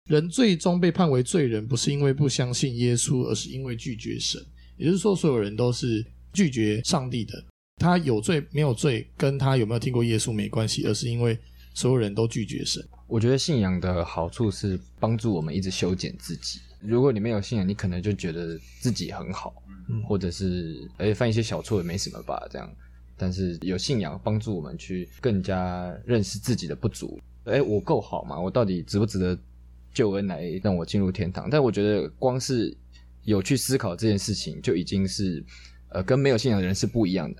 人最终被判为罪人，不是因为不相信耶稣，而是因为拒绝神。也就是说，所有人都是拒绝上帝的，他有罪没有罪跟他有没有听过耶稣没关系，而是因为所有人都拒绝神。 我觉得信仰的好处是帮助我们一直修剪自己。如果你没有信仰，你可能就觉得自己很好，或者是犯一些小错也没什么吧，这样。但是有信仰帮助我们去更加认识自己的不足。我够好吗？我到底值不值得救恩来让我进入天堂？但我觉得光是有去思考这件事情，就已经是跟没有信仰的人是不一样的。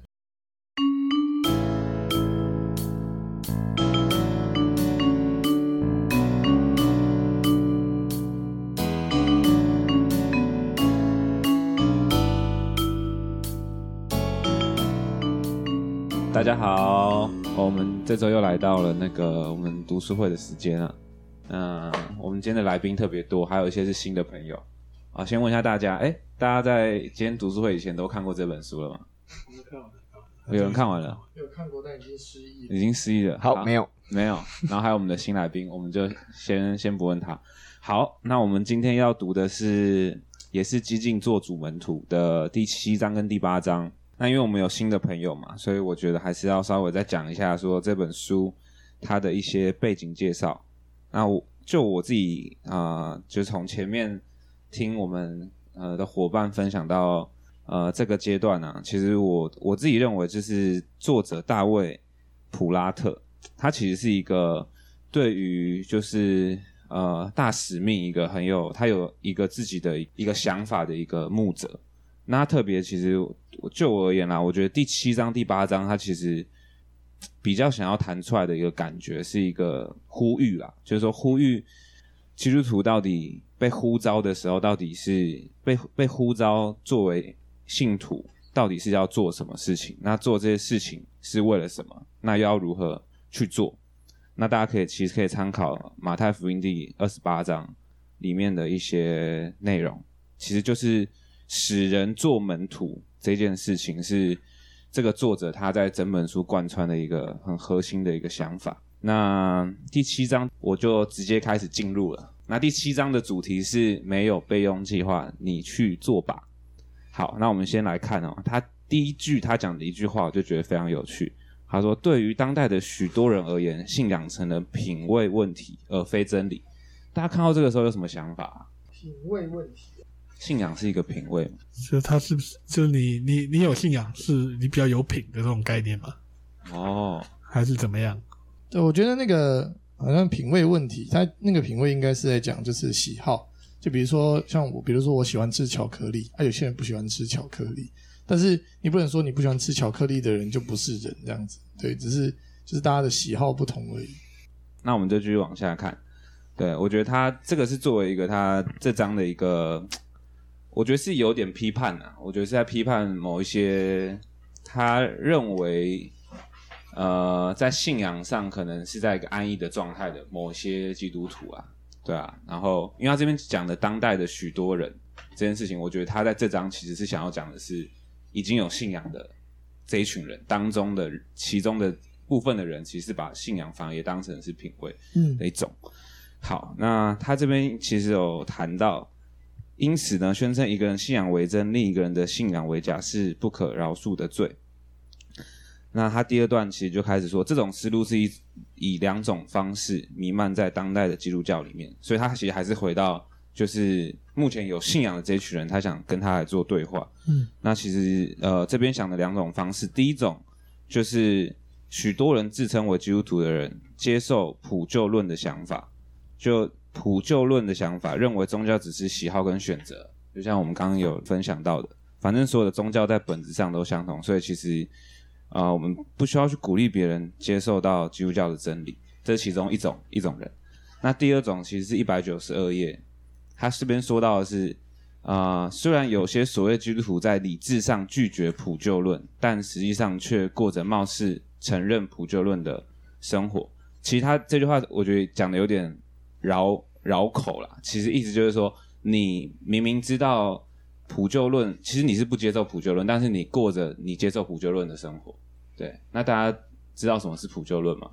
大家好，我们这周又来到了我们读书会的时间了。我们今天的来宾特别多，还有一些是新的朋友。先问一下大家，大家在今天读书会以前都看过这本书了吗？ 我们看完了， 有人看完了？ 有看过，但已经失忆了。 已经失忆了。 好，没有。 然后还有我们的新来宾，我们就先不问他。好，那我们今天要读的也是激进做主门徒的第7章跟第8章。那因为我们有新的朋友嘛，所以我觉得还是要稍微再讲一下说这本书它的一些背景介绍。那我自己就从前面听我们的伙伴分享到这个阶段啊，其实我自己认为就是作者大卫普拉特，他其实是一个对于就是大使命他有一个自己的一个想法的一个牧者。那他特别其实就我而言啦，我觉得第7章第8章他其实比较想要谈出来的一个感觉是一个呼吁啦，就是说呼吁基督徒到底被呼召的时候，到底是被呼召作为信徒到底是要做什么事情，那做这些事情是为了什么，那又要如何去做。那大家其实可以参考马太福音第28章里面的一些内容，其实就是使人做门徒这件事情是这个作者他在整本书贯穿的一个很核心的一个想法。那第7章我就直接开始进入了。那第7章的主题是没有备用计划，你去做吧。好，那我们先来看他第一句他讲的一句话我就觉得非常有趣。他说，对于当代的许多人而言，信仰成了品味问题而非真理。大家看到这个时候有什么想法？ 品味问题， 信仰是一个品味吗？ 就他是不是就你有信仰是你比较有品的这种概念吗？还是怎么样？ 对，我觉得那个好像品味问题，他那个品味应该是在讲就是喜好。就比如说像我，比如说我喜欢吃巧克力，有些人不喜欢吃巧克力，但是你不能说你不喜欢吃巧克力的人就不是人这样子。对，只是就是大家的喜好不同而已。 那我们就继续往下看。对，我觉得他这个是作为一个他这章的一个，我觉得是有点批判啊，我觉得是在批判某一些他认为在信仰上可能是在一个安逸的状态的某些基督徒啊，对啊。然后因为他这边讲的当代的许多人这件事情，我觉得他在这章其实是想要讲的是已经有信仰的这一群人当中的其中的部分的人，其实把信仰反而也当成是品味的一种。好，那他这边其实有谈到，因此呢，宣称一个人信仰为真，另一个人的信仰为假，是不可饶恕的罪。那他第二段其实就开始说，这种思路是以2种方式弥漫在当代的基督教里面，所以他其实还是回到就是目前有信仰的这一群人，他想跟他来做对话。那其实这边想的2种方式，第一种就是许多人自称为基督徒的人接受普救论的想法，就普救论的想法认为宗教只是喜好跟选择，就像我们刚刚有分享到的，反正所有的宗教在本质上都相同，所以其实我们不需要去鼓励别人接受到基督教的真理，这是其中一种人。那第二种其实是192页，他这边说到的是虽然有些所谓基督徒在理智上拒绝普救论，但实际上却过着貌似承认普救论的生活。其实他这句话我觉得讲的有点绕口啦，其实意思就是说，你明明知道普救论，其实你是不接受普救论，但是你过着你接受普救论的生活。对，那大家知道什么是普救论吗？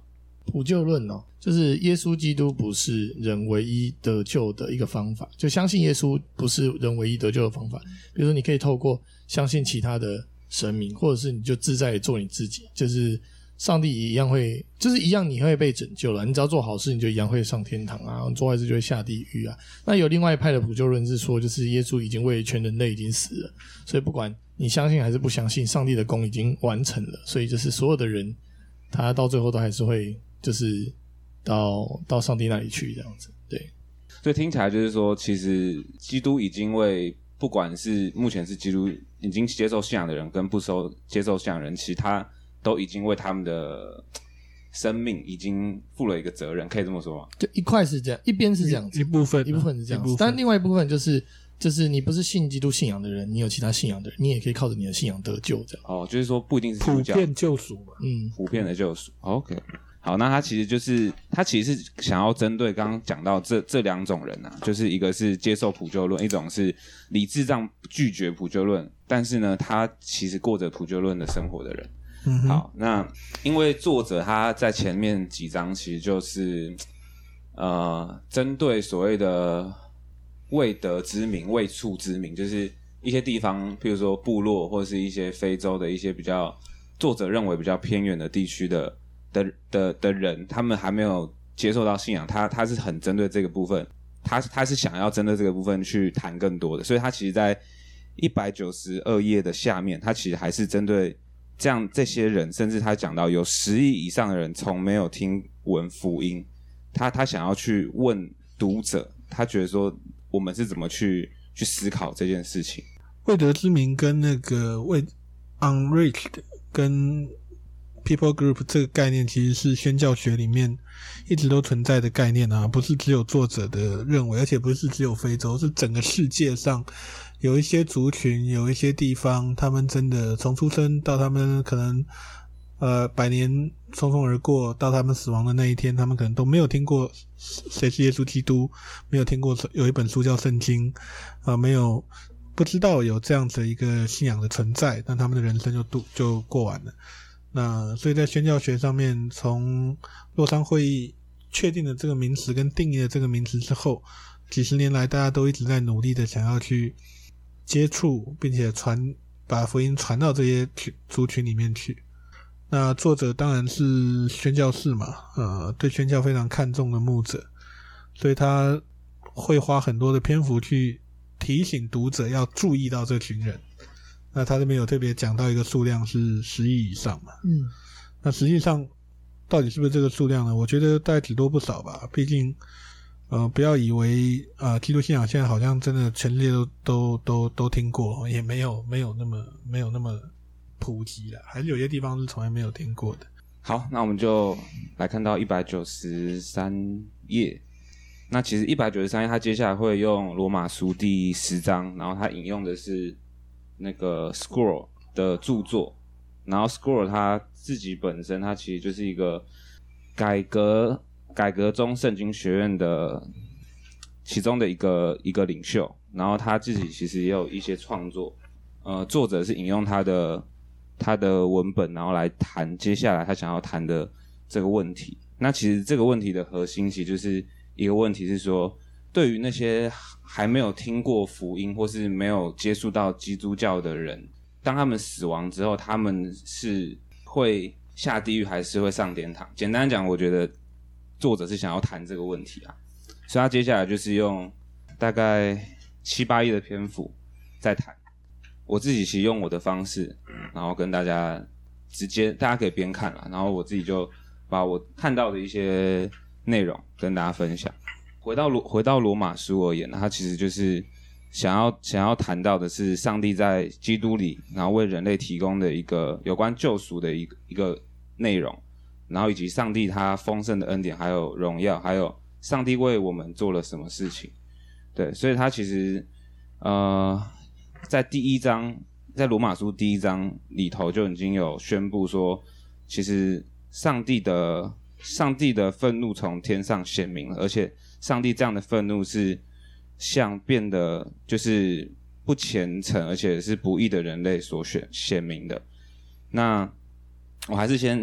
普救论哦，就是耶稣基督不是人唯一得救的一个方法，就相信耶稣不是人唯一得救的方法。比如说你可以透过相信其他的神明，或者是你就自在做你自己，就是上帝一样会，就是一样你会被拯救了，你只要做好事你就一样会上天堂啊，做坏事就会下地狱啊。那有另外一派的普救论是说，就是耶稣已经为全人类已经死了，所以不管你相信还是不相信，上帝的功已经完成了，所以就是所有的人他到最后都还是会就是到上帝那里去这样子。对， 所以听起来就是说，其实基督已经为不管是目前是基督已经接受信仰的人跟不接受信仰的人，其实他都已经为他们的生命已经负了一个责任，可以这么说吗？ 就一块是这样，一边是这样子， 一部分是这样子，但另外一部分就是你不是信基督信仰的人，你有其他信仰的人，你也可以靠着你的信仰得救这样。 哦，就是说不一定是基督教普遍救赎嘛， 普遍的救赎。OK， 好，那他其实是想要针对刚刚讲到这两种人啊，就是一个是接受普救论，一种是理智上拒绝普救论，但是呢，他其实过着普救论的生活的人。好，那因为作者他在前面几章其实就是针对所谓的未得之民、未处之民，就是一些地方，譬如说部落或者是一些非洲的一些比较作者认为比较偏远的地区的人，他们还没有接受到信仰，他是很针对这个部分，他是想要针对这个部分去谈更多的，所以他其实在192页的下面，他其实还是针对这些人，甚至他讲到有10亿以上的人从没有听闻福音，他想要去问读者，他觉得说我们是怎么去思考这件事情。 未得之民跟那个unreached 跟 people group 这个概念其实是宣教学里面一直都存在的概念啊，不是只有作者的认为，而且不是只有非洲，是整个世界上有一些族群，有一些地方，他们真的从出生到他们可能100年匆匆而过，到他们死亡的那一天，他们可能都没有听过谁是耶稣基督，没有听过有一本书叫圣经，不知道有这样子一个信仰的存在，但他们的人生就过完了。那所以在宣教学上面，从洛桑会议确定了这个名词跟定义了这个名词之后，几十年来大家都一直在努力的想要去接触，并且把福音传到这些族群里面去。那作者当然是宣教士嘛，对宣教非常看重的牧者，所以他会花很多的篇幅去提醒读者要注意到这群人。那他这边有特别讲到一个数量是10亿以上嘛，那实际上到底是不是这个数量呢？我觉得大概只多不少吧，毕竟不要以为基督信仰现在好像真的全世界都听过，也没有那么普及了，还是有些地方是从来没有听过的。 好，那我们就来看到193页。那其实193页他接下来会用罗马书第10章，然后他引用的是那个 Scroll 的著作，然后 Scroll 他自己本身他其实就是一个改革中圣经学院的其中的一个领袖，然后他自己其实也有一些创作，作者是引用他的文本，然后来谈接下来他想要谈的这个问题。那其实这个问题的核心其实就是一个问题是说，对于那些还没有听过福音或是没有接触到基督教的人，当他们死亡之后，他们是会下地狱还是会上天堂？简单讲，我觉得作者是想要谈这个问题啊，所以他接下来就是用大概7-8页的篇幅在谈。我自己其实用我的方式，然后跟大家大家可以边看啦，然后我自己就把我看到的一些内容跟大家分享。回到罗马书而言，它其实就是想要谈到的是上帝在基督里，然后为人类提供的一个有关救赎的一个内容，然后以及上帝他丰盛的恩典，还有荣耀，还有上帝为我们做了什么事情。对，所以他其实在第1章，在罗马书第1章里头就已经有宣布说，其实上帝的愤怒从天上显明了，而且上帝这样的愤怒是向变得就是不虔诚而且是不义的人类所显明的。那我还是先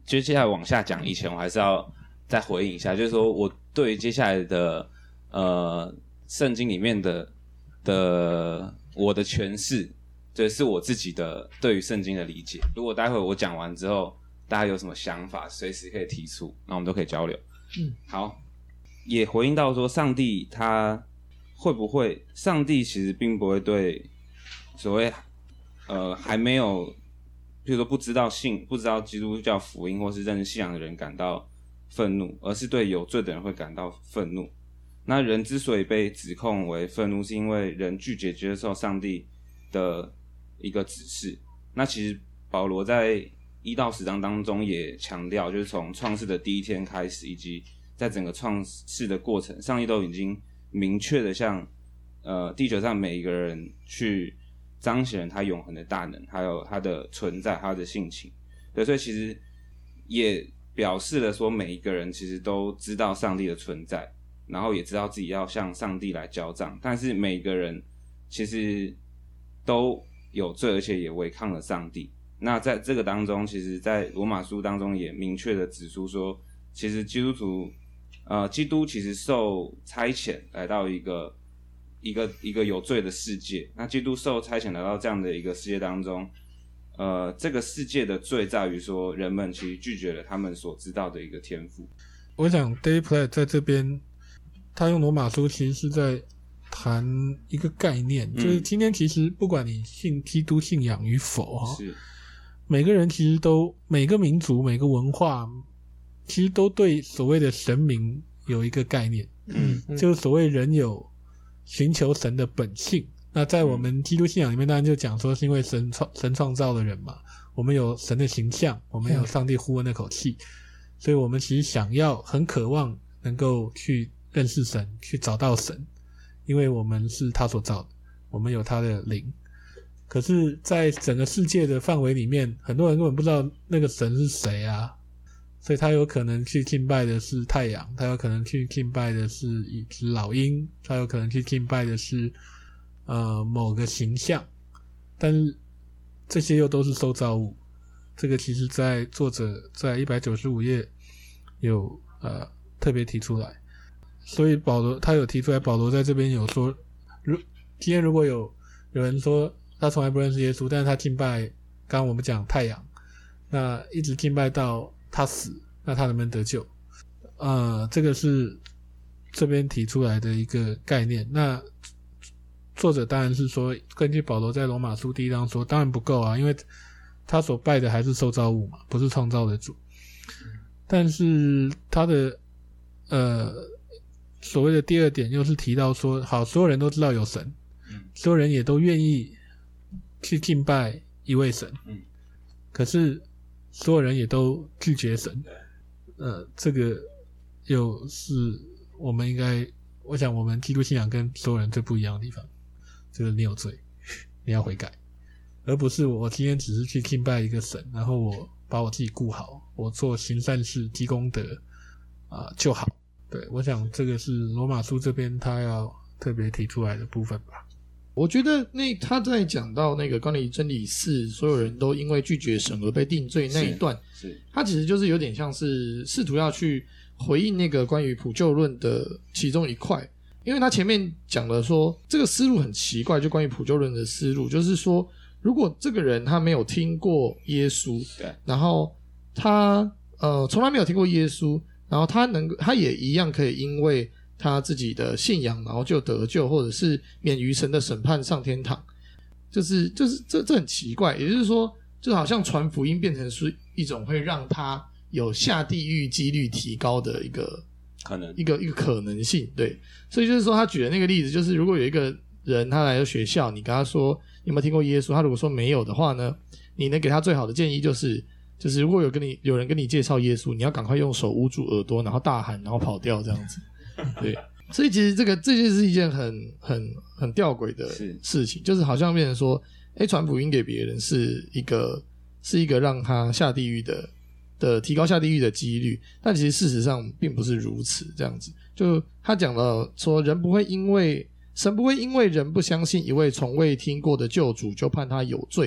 接下来往下讲以前，我还是要再回应一下，就是说我对于接下来的圣经里面的我的诠释，这是我自己的对于圣经的理解。如果待会我讲完之后，大家有什么想法，随时可以提出，那我们都可以交流。好，也回应到说，上帝他会不会？上帝其实并不会对所谓还没有，比如说不知道基督教福音或是认识信仰的人感到愤怒，而是对有罪的人会感到愤怒。那人之所以被指控为愤怒，是因为人拒绝接受上帝的一个指示。那其实保罗在1到10章当中也强调，就是从创世的第一天开始，以及在整个创世的过程，上帝都已经明确的向地球上每一个人去彰显他永恒的大能，还有他的存在，他的性情。对，所以其实也表示了说，每一个人其实都知道上帝的存在，然后也知道自己要向上帝来交账，但是每一个人其实都有罪，而且也违抗了上帝。那在这个当中，其实在罗马书当中也明确的指出说，其实基督其实受差遣来到一个有罪的世界。那基督受差遣来到这样的一个世界当中，这个世界的罪在于说，人们其实拒绝了他们所知道的一个天赋。 我想 David Platt 在这边，他用罗马书其实是在谈一个概念，就是今天其实不管你信基督信仰与否， 是每个人其实都，每个民族每个文化其实都对所谓的神明有一个概念，就是所谓人有寻求神的本性。那在我们基督信仰里面当然就讲说，是因为神创造了人嘛，我们有神的形象，我们有上帝呼温的口气，所以我们其实很渴望能够去认识神，去找到神，因为我们是他所造的，我们有他的灵。可是在整个世界的范围里面，很多人根本不知道那个神是谁啊，所以他有可能去敬拜的是太阳，他有可能去敬拜的是一只老鹰，他有可能去敬拜的是某个形象，但是这些又都是受造物。这个其实在作者在195页有特别提出来，所以他有提出来，保罗在这边有说，今天如果有人说他从来不认识耶稣，但是他敬拜刚刚我们讲太阳，那一直敬拜到他死，那他能不能得救？这个是这边提出来的一个概念。那作者当然是说，根据保罗在罗马书第1章说，当然不够啊，因为他所拜的还是受造物嘛，不是创造的主。但是他的所谓的第2点又是提到说，好，所有人都知道有神，所有人也都愿意去敬拜一位神，可是所有人也都拒绝神。这个又是我们应该，我想我们基督信仰跟所有人最不一样的地方，就是你有罪，你要悔改，而不是我今天只是去敬拜一个神，然后我把我自己顾好，我做行善事积功德就好。对，我想这个是罗马书这边他要特别提出来的部分吧。 我觉得他在讲到那个关于真理4所有人都因为拒绝神而被定罪那一段，他其实就是有点像是试图要去回应那个关于普救论的其中一块。因为他前面讲了说这个思路很奇怪，就关于普救论的思路，就是说如果这个人他没有听过耶稣，然后他从来没有听过耶稣，然后他也一样可以因为他自己的信仰然后就得救，或者是免于神的审判上天堂，就是这很奇怪。也就是说，就好像传福音变成是一种会让他有下地狱几率提高的一个可能性。对，所以就是说他举的那个例子，就是如果有一个人他来到学校，你跟他说你有没有听过耶稣，他如果说没有的话呢，你能给他最好的建议就是如果有人跟你介绍耶稣，你要赶快用手捂住耳朵，然后大喊，然后跑掉这样子。对，所以其实这就是一件很吊诡的事情，就是好像变成说，传福音给别人是一个让他下地狱的提高下地狱的几率，但其实事实上并不是如此。这样子，就他讲了说，神不会因为人不相信一位从未听过的救主就判他有罪，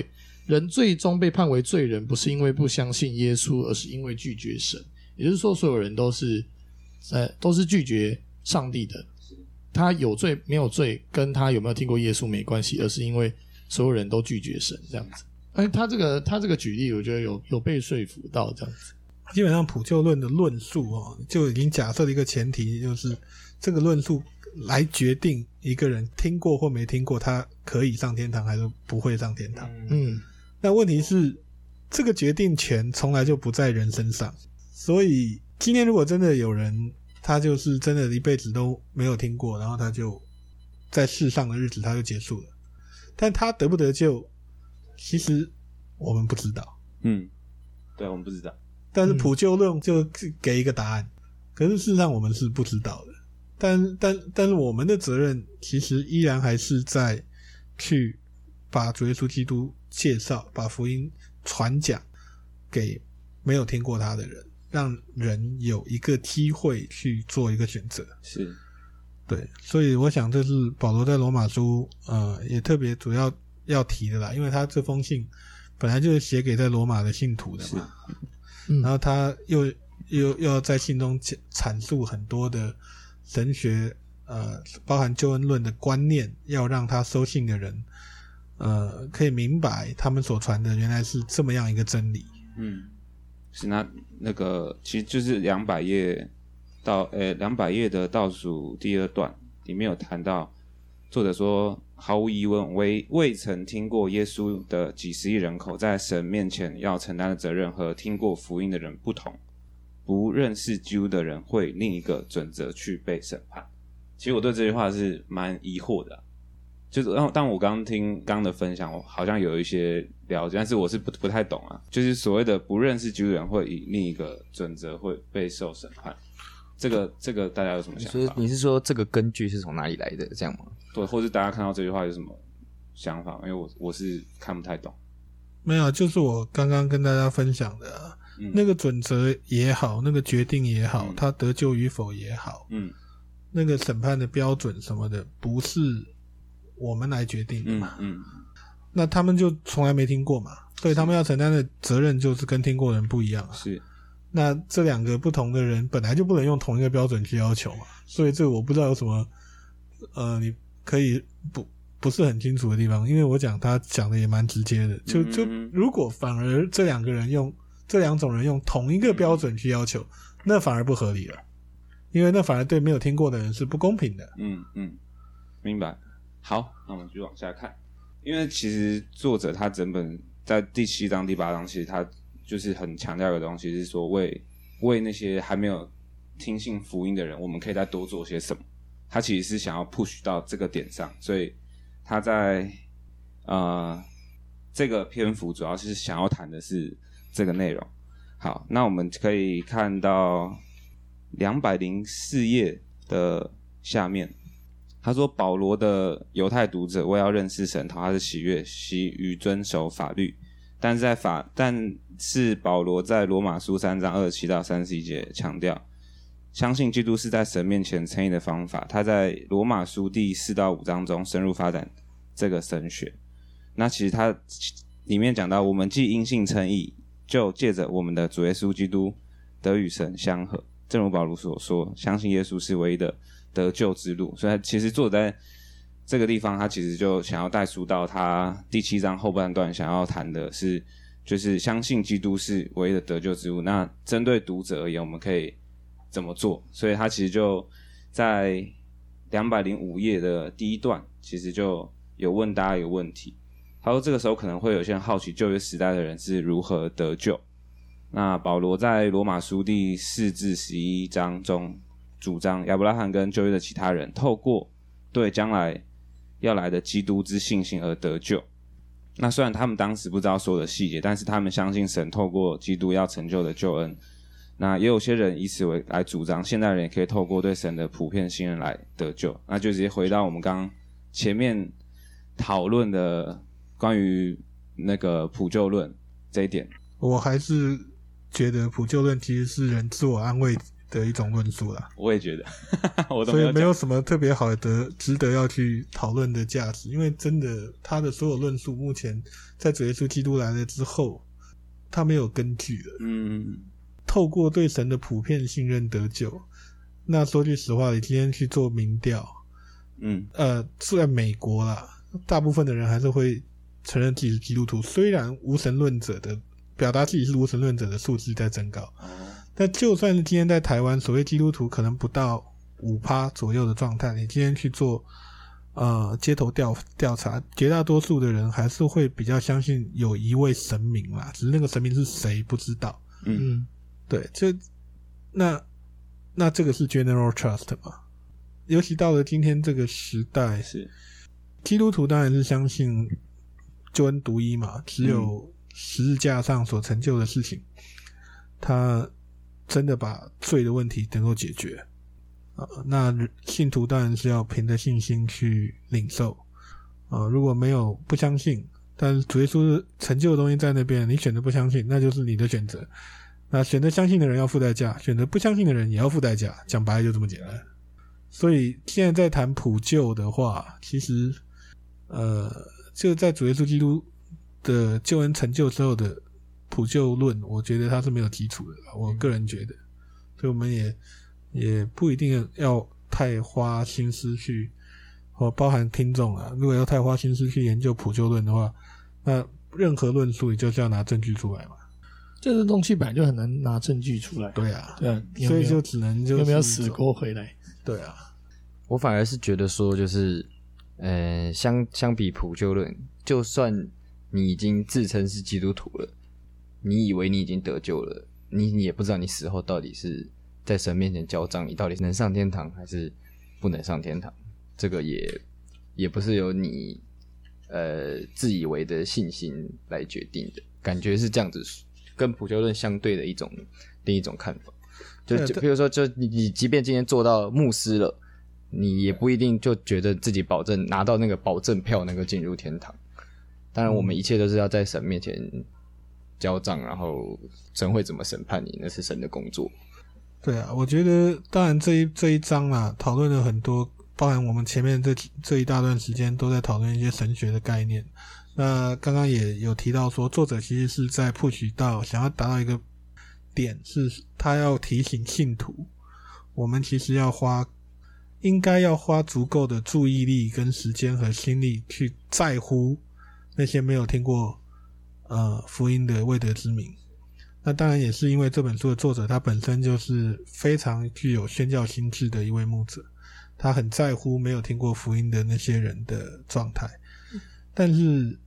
人最终被判为罪人，不是因为不相信耶稣，而是因为拒绝神。也就是说，所有人都是拒绝上帝的。他有罪没有罪，跟他有没有听过耶稣没关系，而是因为所有人都拒绝神这样子。他这个举例，我觉得有被说服到这样子。 基本上普救论的论述就已经假设了一个前提，就是这个论述来决定一个人听过或没听过，他可以上天堂还是不会上天堂。那问题是这个决定权从来就不在人身上，所以今天如果真的有人他就是真的一辈子都没有听过，然后他就在世上的日子他就结束了，但他得不得救其实我们不知道。 对，我们不知道， 但是普救论就给一个答案，可是事实上我们是不知道的。但是我们的责任其实依然还是在去把主耶稣基督介绍，把福音传讲给没有听过他的人，让人有一个机会去做一个选择。 是， 对，所以我想这是保罗在罗马书也特别主要提的啦，因为他这封信本来就是写给在罗马的信徒的嘛，然后他又要在信中阐述很多的神学包含救恩论的观念，要让他收信的人可以明白他们所传的原来是这么样一个真理。 是那个其实就是200页到200页的倒数第2段里面有谈到，作者说毫无疑问未曾听过耶稣的几十亿人口在神面前要承担的责任和听过福音的人不同，不认识基督的人会另一个准则去被审判。其实我对这句话是蛮疑惑的，就是当我刚听刚的分享，我好像有一些了解，但是我是不太懂啊。就是所谓的不认识基督的人会以另一个准则会被受审判，这个大家有什么想法？ 你是说这个根据是从哪里来的这样吗？ 对，或是大家看到这句话有什么想法？因为我是看不太懂。 没有，就是我刚刚跟大家分享的那个准则也好，那个决定也好，他得救与否也好，那个审判的标准什么的不是我们来决定的嘛。那他们就从来没听过嘛，所以他们要承担的责任就是跟听过的人不一样啊。 是， 那这两个不同的人本来就不能用同一个标准去要求嘛，所以这我不知道有什么你可以不是很清楚的地方，因为我他讲的也蛮直接的，就如果反而这两种人用同一个标准去要求，那反而不合理了，因为那反而对没有听过的人是不公平的。 明白。好，那我们继续往下看，因为其实作者他整本在第7章第8章，其实他就是很强调一个东西，是说为那些还没有听信福音的人，我们可以再多做些什么。他其实是想要 push 到这个点上，所以他在这个篇幅主要是想要谈的是这个内容。好，那我们可以看到204页的下面，他说保罗的犹太读者为要认识神，讨他的喜悦，习于遵守法律，但是保罗在罗马书3章27到31节强调，相信基督是在神面前称义的方法。他在罗马书第4到5章中深入发展这个神学。那其实他里面讲到，我们既因信称义，就借着我们的主耶稣基督得与神相合。正如保罗所说，相信耶稣是唯一的得救之路。所以其实作者在这个地方，他其实就想要带出到他第7章后半段想要谈的是，就是相信基督是唯一的得救之路。那针对读者而言，我们可以怎么做？所以他其实就在205页的第1段，其实就有问大家一个问题。他说这个时候可能会有些人好奇旧约时代的人是如何得救。那保罗在罗马书第4至11章中主张亚伯拉罕跟旧约的其他人透过对将来要来的基督之信心而得救。那虽然他们当时不知道所有的细节，但是他们相信神透过基督要成就的救恩。那也有些人以此来主张现代人也可以透过对神的普遍信任来得救。那就直接回到我们刚刚前面讨论的关于那个普救论这一点。 我还是觉得普救论其实是人自我安慰的一种论述啦。 我也觉得，我都所以没有讲什么特别好的值得要去讨论的价值，因为真的他的所有论述目前在主耶稣基督来了之后，他没有根据了。透过对神的普遍信任得救。那说句实话，你今天去做民调，住在美国啦，大部分的人还是会承认自己是基督徒，虽然无神论者的表达自己是无神论者的数字在增高，但就算是今天在台湾，所谓基督徒可能不到 5% 左右的状态，你今天去做街头调查，绝大多数的人还是会比较相信有一位神明啦，只是那个神明是谁不知道。对，那这个是 general trust 嘛？尤其到了今天这个时代， 是基督徒当然是相信救恩独一嘛，只有十字架上所成就的事情，他真的把罪的问题能够解决。那信徒当然是要凭着信心去领受。如果没有不相信，但是主耶稣成就的东西在那边，你选择不相信，那就是你的选择。那选择相信的人要付代价，选择不相信的人也要付代价，讲白了就这么简单。所以现在在谈普救的话，其实这个在主耶稣基督的救恩成就之后的普救论，我觉得它是没有基础的，我个人觉得。所以我们也不一定要太花心思去，包含听众啊，如果要太花心思去研究普救论的话，那任何论述你就是要拿证据出来嘛。 这个东西本来就很难拿证据出来。 对啊， 对啊， 所以就只能就是有没有死过回来？ 对啊， 我反而是觉得说，就是相比普救论，就算你已经自称是基督徒了，你以为你已经得救了，你也不知道你死后到底是在神面前交账，你到底能上天堂还是不能上天堂，这个也不是由你自以为的信心来决定的，感觉是这样子，跟普救论相对的另一种看法。就比如说，就你即便今天做到牧师了，你也不一定就觉得自己保证拿到那个保证票能够进入天堂。当然，我们一切都是要在神面前交账，然后神会怎么审判你，那是神的工作。 对啊，我觉得当然这一章啊，讨论了很多，包含我们前面这一大段时间都在讨论一些神学的概念。那刚刚也有提到说，作者其实是在push到想要达到一个点，是他要提醒信徒，我们其实应该要花足够的注意力跟时间和心力去在乎那些没有听过福音的未得之民。那当然也是因为这本书的作者他本身就是非常具有宣教心智的一位牧者，他很在乎没有听过福音的那些人的状态。但是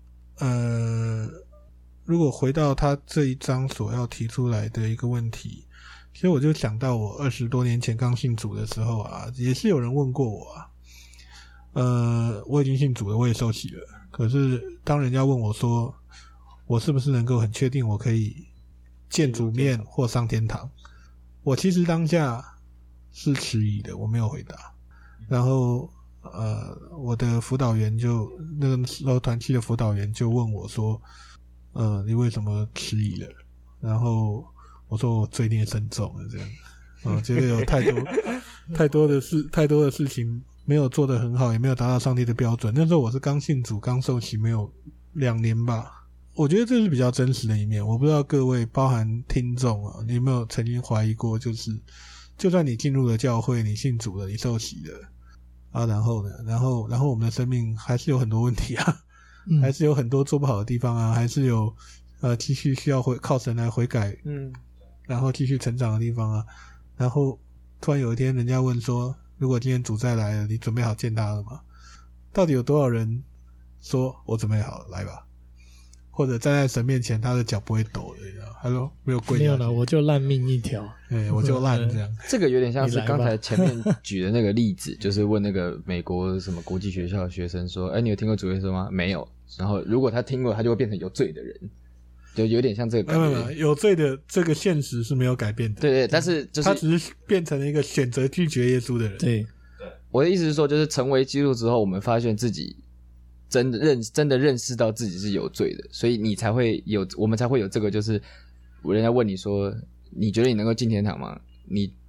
如果回到他这一章所要提出来的一个问题，其实我就想到我20多年前刚信主的时候啊，也是有人问过我啊，我已经信主了，我也受洗了，可是当人家问我说我是不是能够很确定我可以见主面或上天堂，我其实当下是迟疑的，我没有回答。然后我的辅导员那个时候团契的辅导员就问我说你为什么迟疑了？然后我说我罪孽深重了，这样觉得有太多的事情没有做得很好，也没有达到上帝的标准。那时候我是刚信主刚受洗没有2年吧。我觉得这是比较真实的一面，我不知道各位包含听众啊，你有没有曾经怀疑过，就是就算你进入了教会，你信主了，你受洗了啊，然后呢，然后我们的生命还是有很多问题啊，还是有很多做不好的地方啊，还是有继续需要靠神来悔改，然后继续成长的地方啊。然后突然有一天人家问说，如果今天主再来了，你准备好见他了吗？到底有多少人说我准备好了，来吧？或者站在神面前，他的脚不会抖的，你知道 ？Hello， 没有跪下去， 没有了，我就烂命一条。 我就烂这样。 这个有点像是刚才前面举的那个例子，就是问那个美国什么国际学校的学生说：“你有听过主耶稣吗？”没有。然后如果他听过，他就会变成有罪的人，就有点像这个感觉。 有罪的这个现实是没有改变的。 对，但是就是他只是变成了一个选择拒绝耶稣的人。 对， 我的意思是说，就是成为基督之后，我们发现自己真的认识到自己是有罪的，所以我们才会有这个，就是人家问你说你觉得你能够进天堂吗？你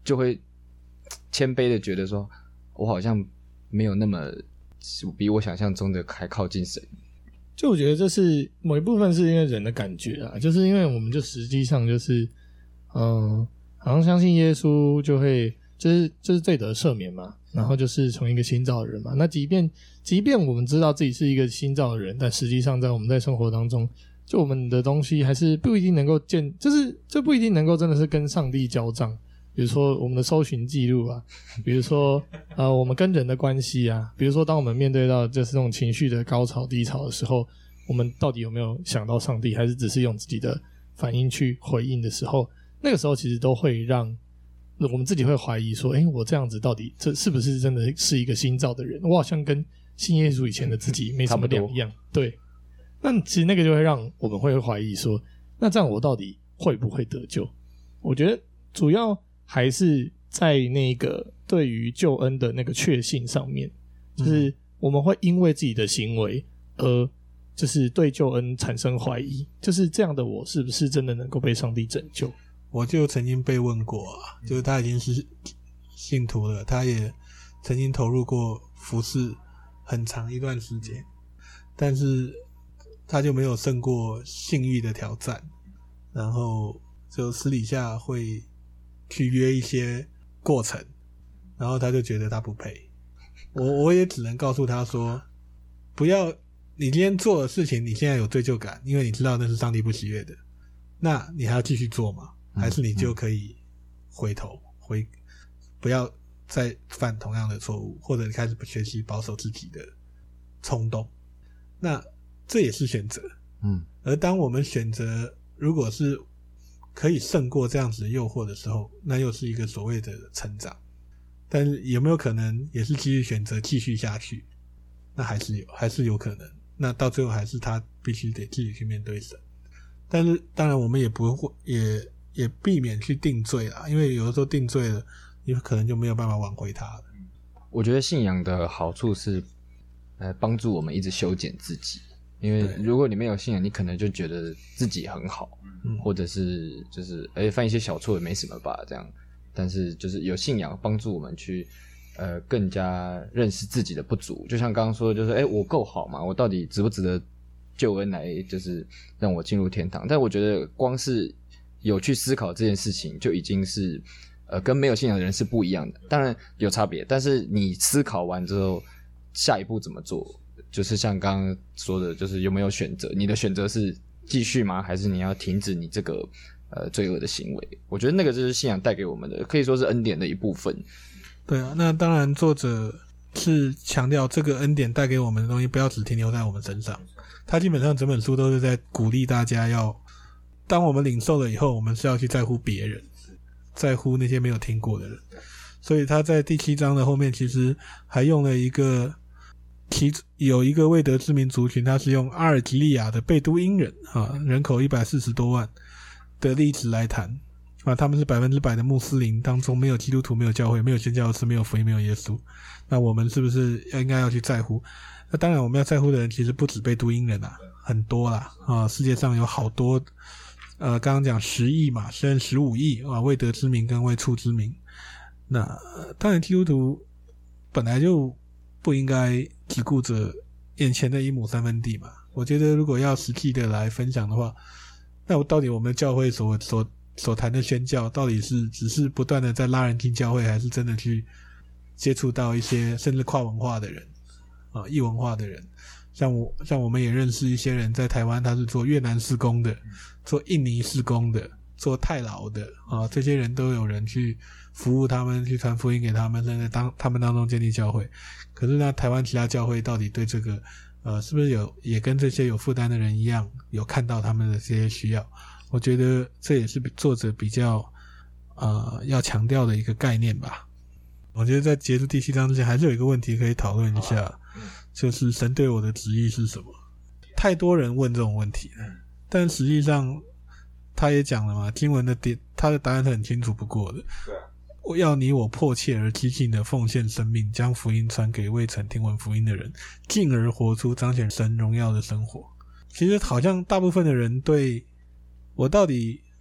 就会谦卑的觉得说，我好像没有那么比我想象中的还靠近神。 就我觉得这是某一部分是因为人的感觉啊，就是因为我们就实际上就是好像相信耶稣就会就是罪得赦免嘛，然后就是从一个新造的人嘛。那即便我们知道自己是一个新造的人，但实际上我们在生活当中，就我们的东西还是不一定能够就不一定能够真的是跟上帝交账。比如说我们的搜寻记录啊，比如说我们跟人的关系啊，比如说当我们面对到就是这种情绪的高潮低潮的时候，我们到底有没有想到上帝，还是只是用自己的反应去回应的时候，那个时候其实都会让我们自己会怀疑说，我这样子到底这是不是真的是一个新造的人？我好像跟信耶稣以前的自己没什么两样。对，那其实那个就会让我们会怀疑说，那这样我到底会不会得救？我觉得主要还是在那个对于救恩的那个确信上面，就是我们会因为自己的行为而就是对救恩产生怀疑，就是这样的我是不是真的能够被上帝拯救？ 我就曾经被问过啊，就是他已经是信徒了，他也曾经投入过服事很长一段时间，但是他就没有胜过性欲的挑战，然后就私底下会去约一些过程，然后他就觉得他不配。我也只能告诉他说，不要你今天做的事情，你现在有罪疚感，因为你知道那是上帝不喜悦的，那你还要继续做吗？还是你就可以回头不要再犯同样的错误，或者开始学习保守自己的冲动？那这也是选择。而当我们选择如果是可以胜过这样子的诱惑的时候，那又是一个所谓的成长。但是有没有可能也是继续选择继续下去？那还是有可能。那到最后还是他必须得自己去面对神。但是当然我们也不会也避免去定罪啦，因为有的时候定罪了，你可能就没有办法挽回他了。 我觉得信仰的好处是帮助我们一直修剪自己，因为如果你没有信仰，你可能就觉得自己很好，或者是就是犯一些小错也没什么吧这样。但是就是有信仰帮助我们去更加认识自己的不足，就像刚刚说的，就是我够好吗？我到底值不值得救恩来就是让我进入天堂？但我觉得光是有去思考这件事情就已经是跟没有信仰的人是不一样的，当然有差别，但是你思考完之后下一步怎么做，就是像刚刚说的，就是有没有选择，你的选择是继续吗？还是你要停止你这个罪恶的行为？我觉得那个就是信仰带给我们的，可以说是恩典的一部分。 对啊，那当然作者是强调这个恩典带给我们的东西不要只停留在我们身上，他基本上整本书都是在鼓励大家要，当我们领受了以后，我们是要去在乎别人，在乎那些没有听过的人。所以他在第7章的后面其实还用了有一个未得之民族群，他是用阿尔及利亚的贝都因人人口140多万的例子来谈他们是100%的穆斯林，当中没有基督徒，没有教会，没有宣教士，没有福音，没有耶稣。那我们是不是应该要去在乎？那当然我们要在乎的人其实不止贝都因人很多啦世界上有好多刚刚讲10亿嘛，甚至15亿未得之民跟未处之民。那当然基督徒本来就不应该只顾着眼前的1亩3分地嘛。我觉得如果要实际的来分享的话，那到底我们教会所谈的宣教到底是只是不断的在拉人进教会，还是真的去接触到一些甚至跨文化的人异文化的人？像我们也认识一些人在台湾，他是做越南事工的，做印尼事工的，做泰劳的这些人都有人去服务他们，去传福音给他们，甚至他们当中建立教会。可是呢，台湾其他教会到底对这个是不是也跟这些有负担的人一样，有看到他们的这些需要？我觉得这也是作者比较要强调的一个概念吧。我觉得在结束第7章之前，还是有一个问题可以讨论一下，就是神对我的旨意是什么？太多人问这种问题了，但实际上他也讲了嘛，经文的他的答案是很清楚不过的。我要你我迫切而激进的奉献生命，将福音传给未曾听闻福音的人，进而活出彰显神荣耀的生活。其实好像大部分的人对我到底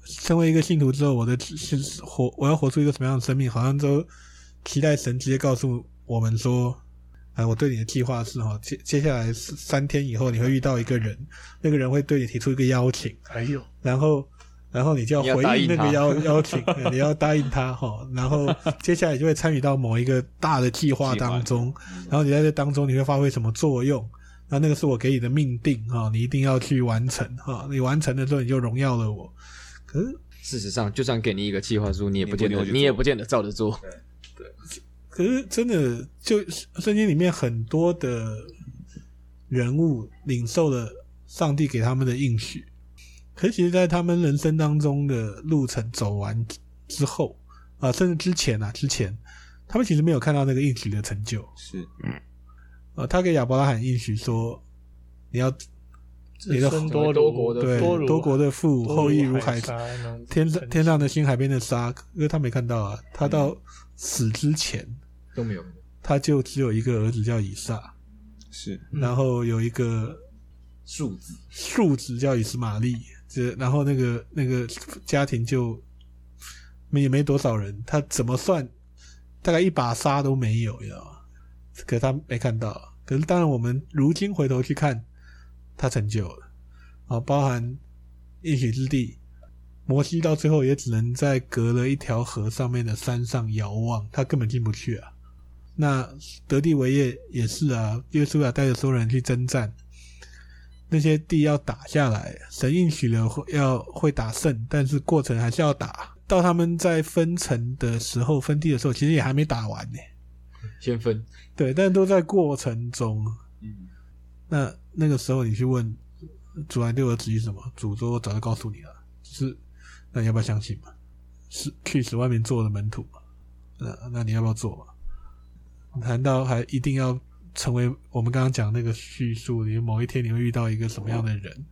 成为一个信徒之后，我要活出一个什么样的生命，好像都期待神直接告诉我们说，我对你的计划是接下来3天以后你会遇到一个人，那个人会对你提出一个邀请，然后你就要回应那个邀请，你要答应他然后接下来就会参与到某一个大的计划当中，然后你在这当中你会发挥什么作用，那个是我给你的命定你一定要去完成你完成了之后你就荣耀了我。可是事实上就算给你一个计划书，你也不见得照着做。对， 可是真的就圣经里面很多的人物领受了上帝给他们的应许，可是其实在他们人生当中的路程走完之后甚至之前他们其实没有看到那个应许的成就。 是他给亚伯拉罕应许说你要你的多国的父，后裔如海沙，天上的星，海边的沙。因为他没看到他到死之前都没有， 他就只有一个儿子叫以撒， 是， 然后有一个庶子叫以斯玛利，然后那个家庭就也没多少人，他怎么算大概一把沙都没有，可他没看到。可是当然我们如今回头去看，他成就了包含应许之地，摩西到最后也只能在隔了一条河上面的山上遥望，他根本进不去那得地为业也是耶稣带着所有人去征战，那些地要打下来，神应许了会打胜，但是过程还是要打。到他们在分城的时候，分地的时候，其实也还没打完呢， 先分。对， 但都在过程中。那个时候你去问主对我的旨意是什么，主说我早就告诉你了，就是那你要不要相信嘛？是去使万民做我的门徒嘛？那你要不要做嘛？难道还一定要成为我们刚刚讲那个叙述，你某一天你会遇到一个什么样的人？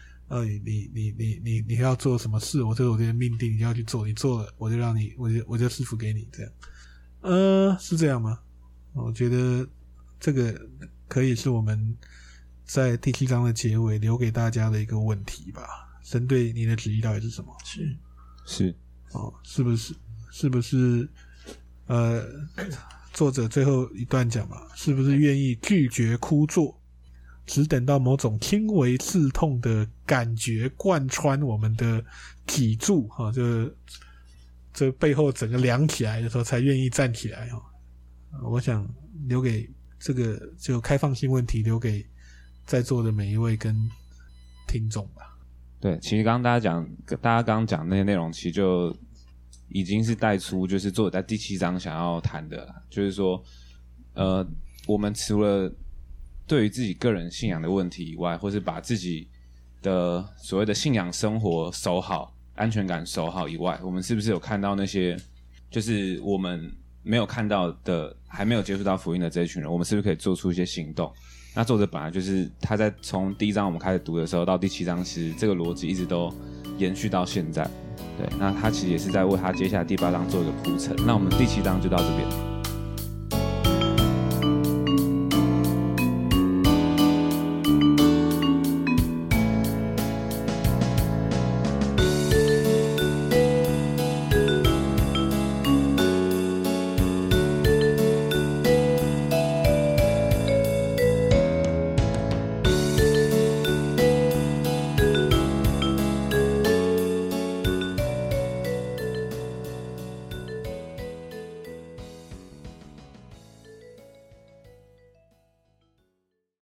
你要做什么事？我这个命定你要去做，你做了我就让你，我就赐福给你，这样。是这样吗？我觉得这个可以是我们在第7章的结尾留给大家的一个问题吧。神对你的旨意到底是什么？ 是是不是作者最后一段讲嘛，是不是愿意拒绝枯坐，只等到某种轻微刺痛的感觉贯穿我们的脊柱这背后整个凉起来的时候才愿意站起来我想留给这个就开放性问题留给在座的每一位跟听众吧。 对，其实刚刚大家刚刚讲那些内容，其实就已经是带出就是作者在第7章想要谈的啦，就是说我们除了对于自己个人信仰的问题以外，或是把自己的所谓的信仰生活守好，安全感守好以外，我们是不是有看到那些就是我们没有看到的，还没有接触到福音的这一群人，我们是不是可以做出一些行动？那作者本来就是他在从第1章我们开始读的时候到第7章，其实这个逻辑一直都延续到现在。对，那他其实也是在为他接下来第8章做一个铺陈。那我们第7章就到这边。